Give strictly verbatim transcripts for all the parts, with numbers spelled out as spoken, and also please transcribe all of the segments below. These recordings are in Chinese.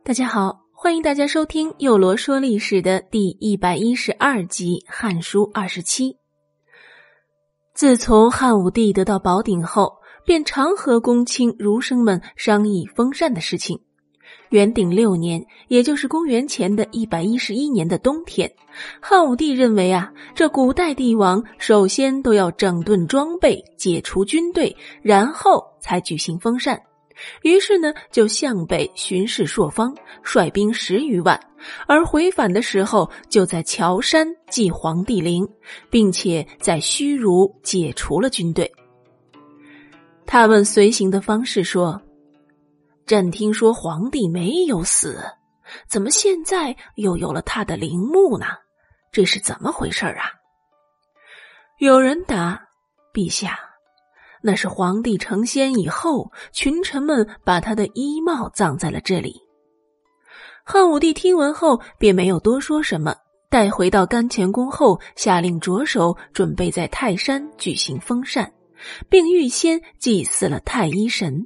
大家好，欢迎大家收听幼罗说历史的第一百一十二集《汉书》二十七。自从汉武帝得到宝鼎后，便常和公卿儒生们商议封禅的事情。元鼎六年，也就是公元前的一百一十一年的冬天，汉武帝认为啊，这古代帝王首先都要整顿装备，解除军队，然后才举行封禅。于是呢，就向北巡视朔方，率兵十余万，而回返的时候，就在乔山祭皇帝陵，并且在虚如解除了军队。他问随行的方士说：“朕听说皇帝没有死，怎么现在又有了他的陵墓呢？这是怎么回事啊？”有人答：“陛下，那是皇帝成仙以后，群臣们把他的衣帽葬在了这里。”汉武帝听闻后便没有多说什么，待回到甘泉宫后，下令着手准备在泰山举行封禅，并预先祭祀了太一神。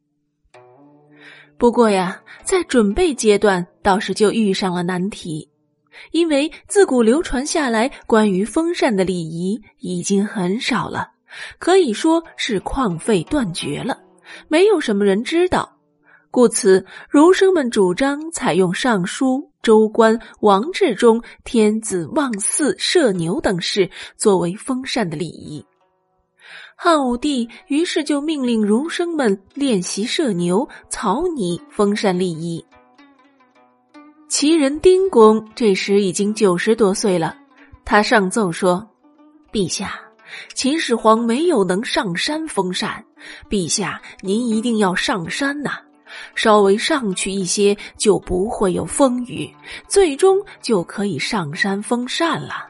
不过呀，在准备阶段倒是就遇上了难题，因为自古流传下来关于封禅的礼仪已经很少了，可以说是旷废断绝了，没有什么人知道。故此，儒生们主张采用尚书、州官、王制中天子望祀、射牛等事作为封禅的礼仪。汉武帝于是就命令儒生们练习射牛，草拟封禅礼仪。齐人丁公这时已经九十多岁了，他上奏说：“陛下，秦始皇没有能上山封禅，陛下您一定要上山呐、啊，稍微上去一些就不会有风雨，最终就可以上山封禅了。”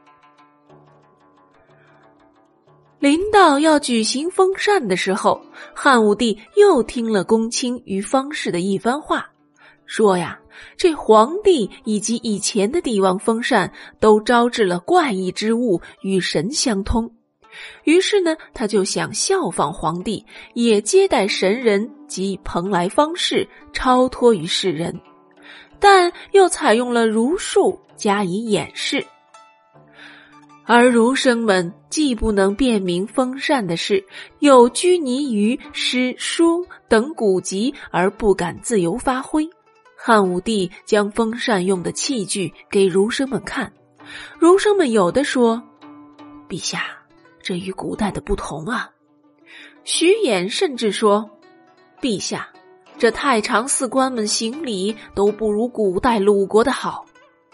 临到要举行封禅的时候，汉武帝又听了公卿与方士的一番话，说呀，这皇帝以及以前的帝王封禅都招致了怪异之物，与神相通。于是呢，他就想效仿皇帝，也接待神人及蓬莱方士，超脱于世人，但又采用了儒术加以掩饰。而儒生们既不能辨明封禅的事，又拘泥于诗书等古籍而不敢自由发挥。汉武帝将封禅用的器具给儒生们看，儒生们有的说：“陛下，这与古代的不同啊。”徐衍甚至说：“陛下，这太常寺官们行礼都不如古代鲁国的好。”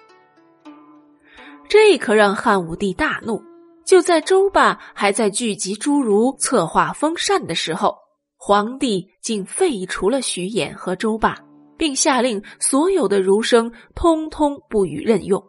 这可让汉武帝大怒，就在周霸还在聚集诸儒策划封禅的时候，皇帝竟废除了徐衍和周霸，并下令所有的儒生通通不予任用。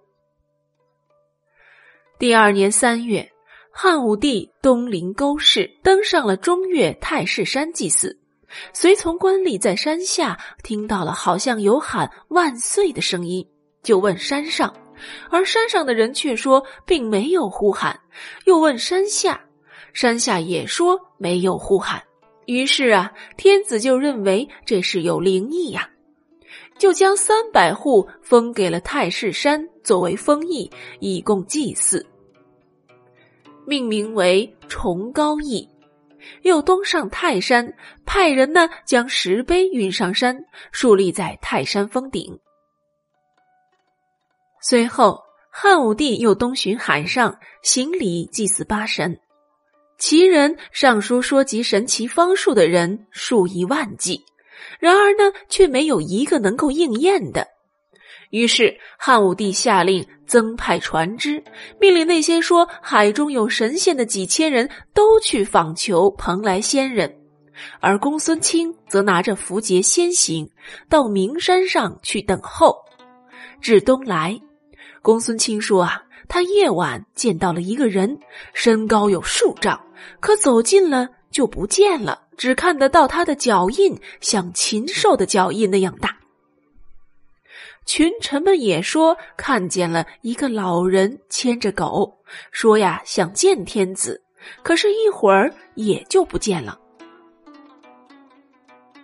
第二年三月，汉武帝东临沟氏，登上了中岳太室山祭祀。随从官吏在山下听到了好像有喊万岁的声音，就问山上，而山上的人却说并没有呼喊，又问山下，山下也说没有呼喊。于是啊，天子就认为这是有灵异呀、啊，就将三百户封给了太室山作为封邑，以供祭祀，命名为崇高邑。又登上泰山，派人呢将石碑运上山，树立在泰山峰顶。随后，汉武帝又东巡海上，行礼祭祀八神。齐人上书说及神奇方术的人数以万计，然而呢，却没有一个能够应验的。于是汉武帝下令增派船只，命令那些说海中有神仙的几千人都去访求蓬莱仙人，而公孙卿则拿着符节先行到名山上去等候。至东来，公孙卿说啊，他夜晚见到了一个人，身高有数丈，可走近了就不见了，只看得到他的脚印，像禽兽的脚印那样大。群臣们也说看见了一个老人牵着狗，说呀想见天子，可是一会儿也就不见了。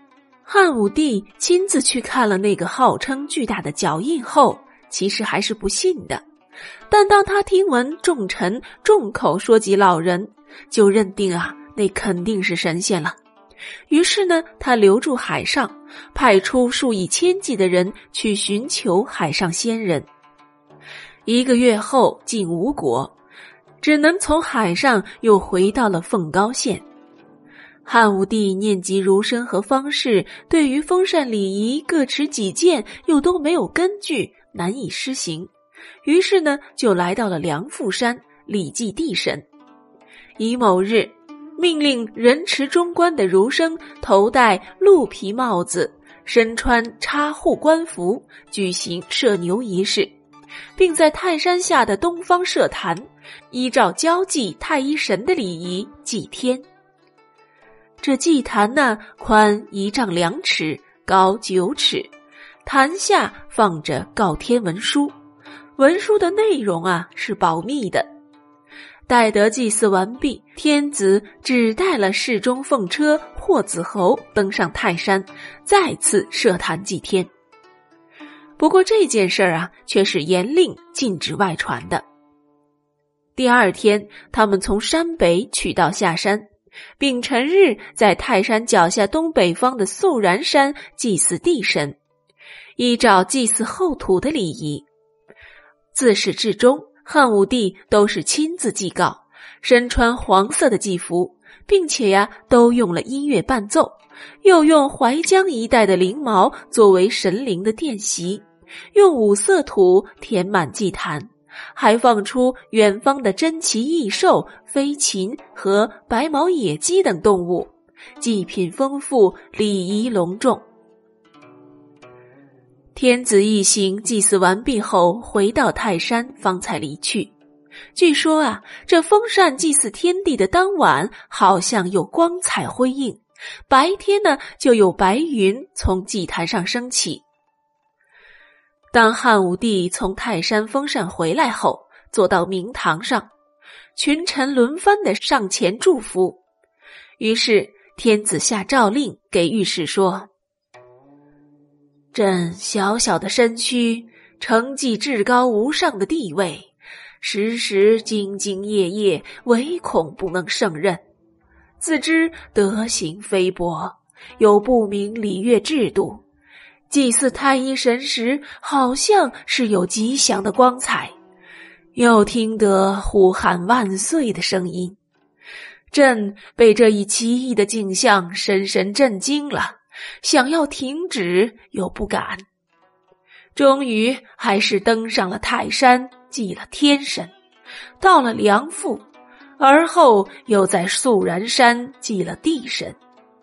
汉武帝亲自去看了那个号称巨大的脚印后，其实还是不信的。但当他听闻众臣众口说及老人，就认定啊，那肯定是神仙了。于是呢，他留住海上，派出数以千计的人去寻求海上仙人。一个月后进吴国，只能从海上又回到了凤高县。汉武帝念及儒生和方士对于封禅礼仪各持己见，又都没有根据，难以施行，于是呢，就来到了梁父山礼祭地神。乙某日，命令人持中官的儒生头戴鹿皮帽子，身穿插户官服，举行射牛仪式，并在泰山下的东方社坛，依照交祭太一神的礼仪祭天。这祭坛呢，宽一丈两尺，高九尺，坛下放着告天文书，文书的内容啊是保密的。待得祭祀完毕，天子只带了侍中奉车霍子侯登上泰山，再次设坛祭天。不过这件事啊，却是严令禁止外传的。第二天，他们从山北取道下山，并辰日在泰山脚下东北方的肃然山祭祀地神，依照祭祀后土的礼仪。自始至终，汉武帝都是亲自祭告，身穿黄色的祭服，并且呀，都用了音乐伴奏，又用淮江一带的灵毛作为神灵的奠席，用五色土填满祭坛，还放出远方的珍奇异兽、飞禽和白毛野鸡等动物，祭品丰富，礼仪隆重。天子一行祭祀完毕后，回到泰山，方才离去。据说啊，这封禅祭祀天地的当晚，好像有光彩辉映，白天呢，就有白云从祭坛上升起。当汉武帝从泰山封禅回来后，坐到明堂上，群臣轮番的上前祝福。于是天子下诏令给御史说：朕小小的身躯承继至高无上的地位，时时兢兢业业，唯恐不能胜任。自知德行菲薄，有不明礼乐制度，祭祀太一神时，好像是有吉祥的光彩，又听得呼喊万岁的声音。朕被这一奇异的景象深深震惊了，想要停止又不敢，终于还是登上了泰山，祭了天神，到了梁父，而后又在肃然山祭了地神。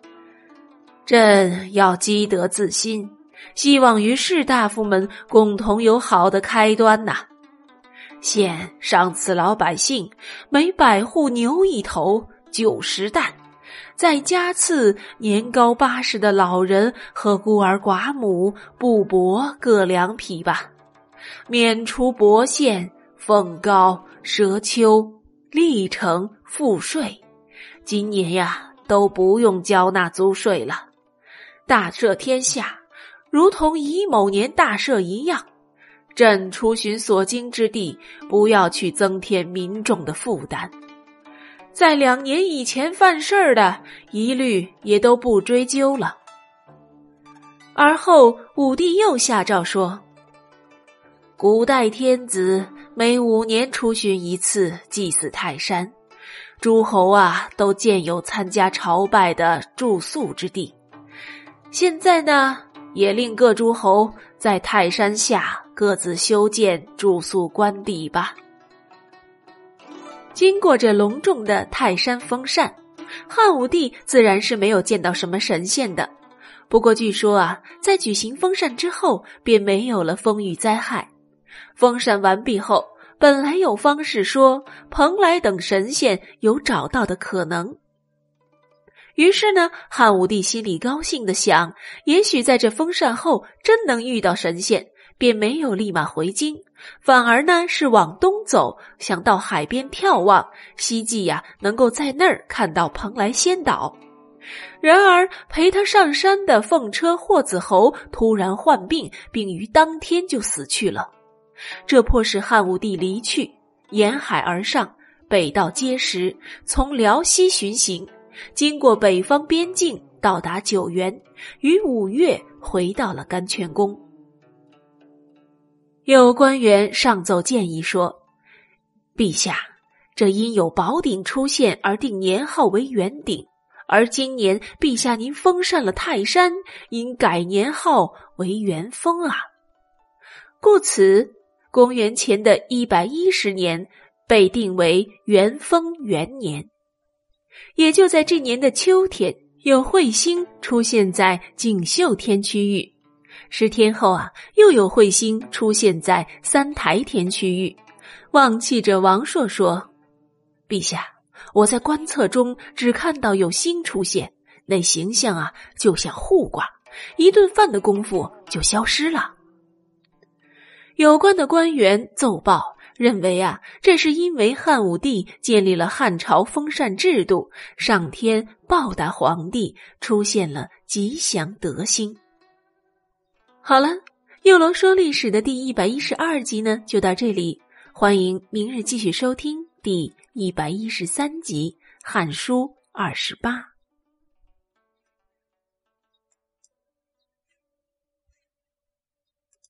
朕要积德自新，希望与士大夫们共同有好的开端呐、啊。现赏赐老百姓每百户牛一头，九十担，再加赐年高八十的老人和孤儿寡母布帛各两匹吧，免除亳县、凤高、蛇丘、历城赋税，今年呀都不用交纳租税了。大赦天下，如同乙某年大赦一样，朕出巡所经之地，不要去增添民众的负担。在两年以前犯事儿的，一律也都不追究了。而后武帝又下诏说，古代天子每五年出巡一次，祭祀泰山，诸侯啊都建有参加朝拜的住宿之地。现在呢，也令各诸侯在泰山下各自修建住宿官邸吧。经过这隆重的泰山封禅，汉武帝自然是没有见到什么神仙的。不过据说啊，在举行封禅之后，便没有了风雨灾害。封禅完毕后，本来有方士说蓬莱等神仙有找到的可能。于是呢，汉武帝心里高兴地想，也许在这封禅后真能遇到神仙，便没有立马回京，反而呢是往东走，想到海边眺望，希冀呀、啊、能够在那儿看到蓬莱仙岛。 然而陪他上山的凤车霍子侯突然患病，并于当天就死去了。这迫使汉武帝离去，沿海而上，北到碣石，从辽西巡行，经过北方边境，到达九原，于五月回到了甘泉宫。有官员上奏建议说，陛下，这因有宝鼎出现而定年号为元鼎，而今年陛下您封禅了泰山，应改年号为元丰啊。故此公元前的一百一十年被定为元丰元年。也就在这年的秋天，有彗星出现在锦绣天区域，十天后啊，又有彗星出现在三台天区域。望气者王朔说，陛下，我在观测中只看到有星出现，那形象啊就像护挂，一顿饭的功夫就消失了。有关的官员奏报认为啊，这是因为汉武帝建立了汉朝封禅制度，上天报答皇帝，出现了吉祥德星。好了，幼罗说历史的第一百一十二集呢，就到这里，欢迎明日继续收听第一百一十三集《汉书二十八》。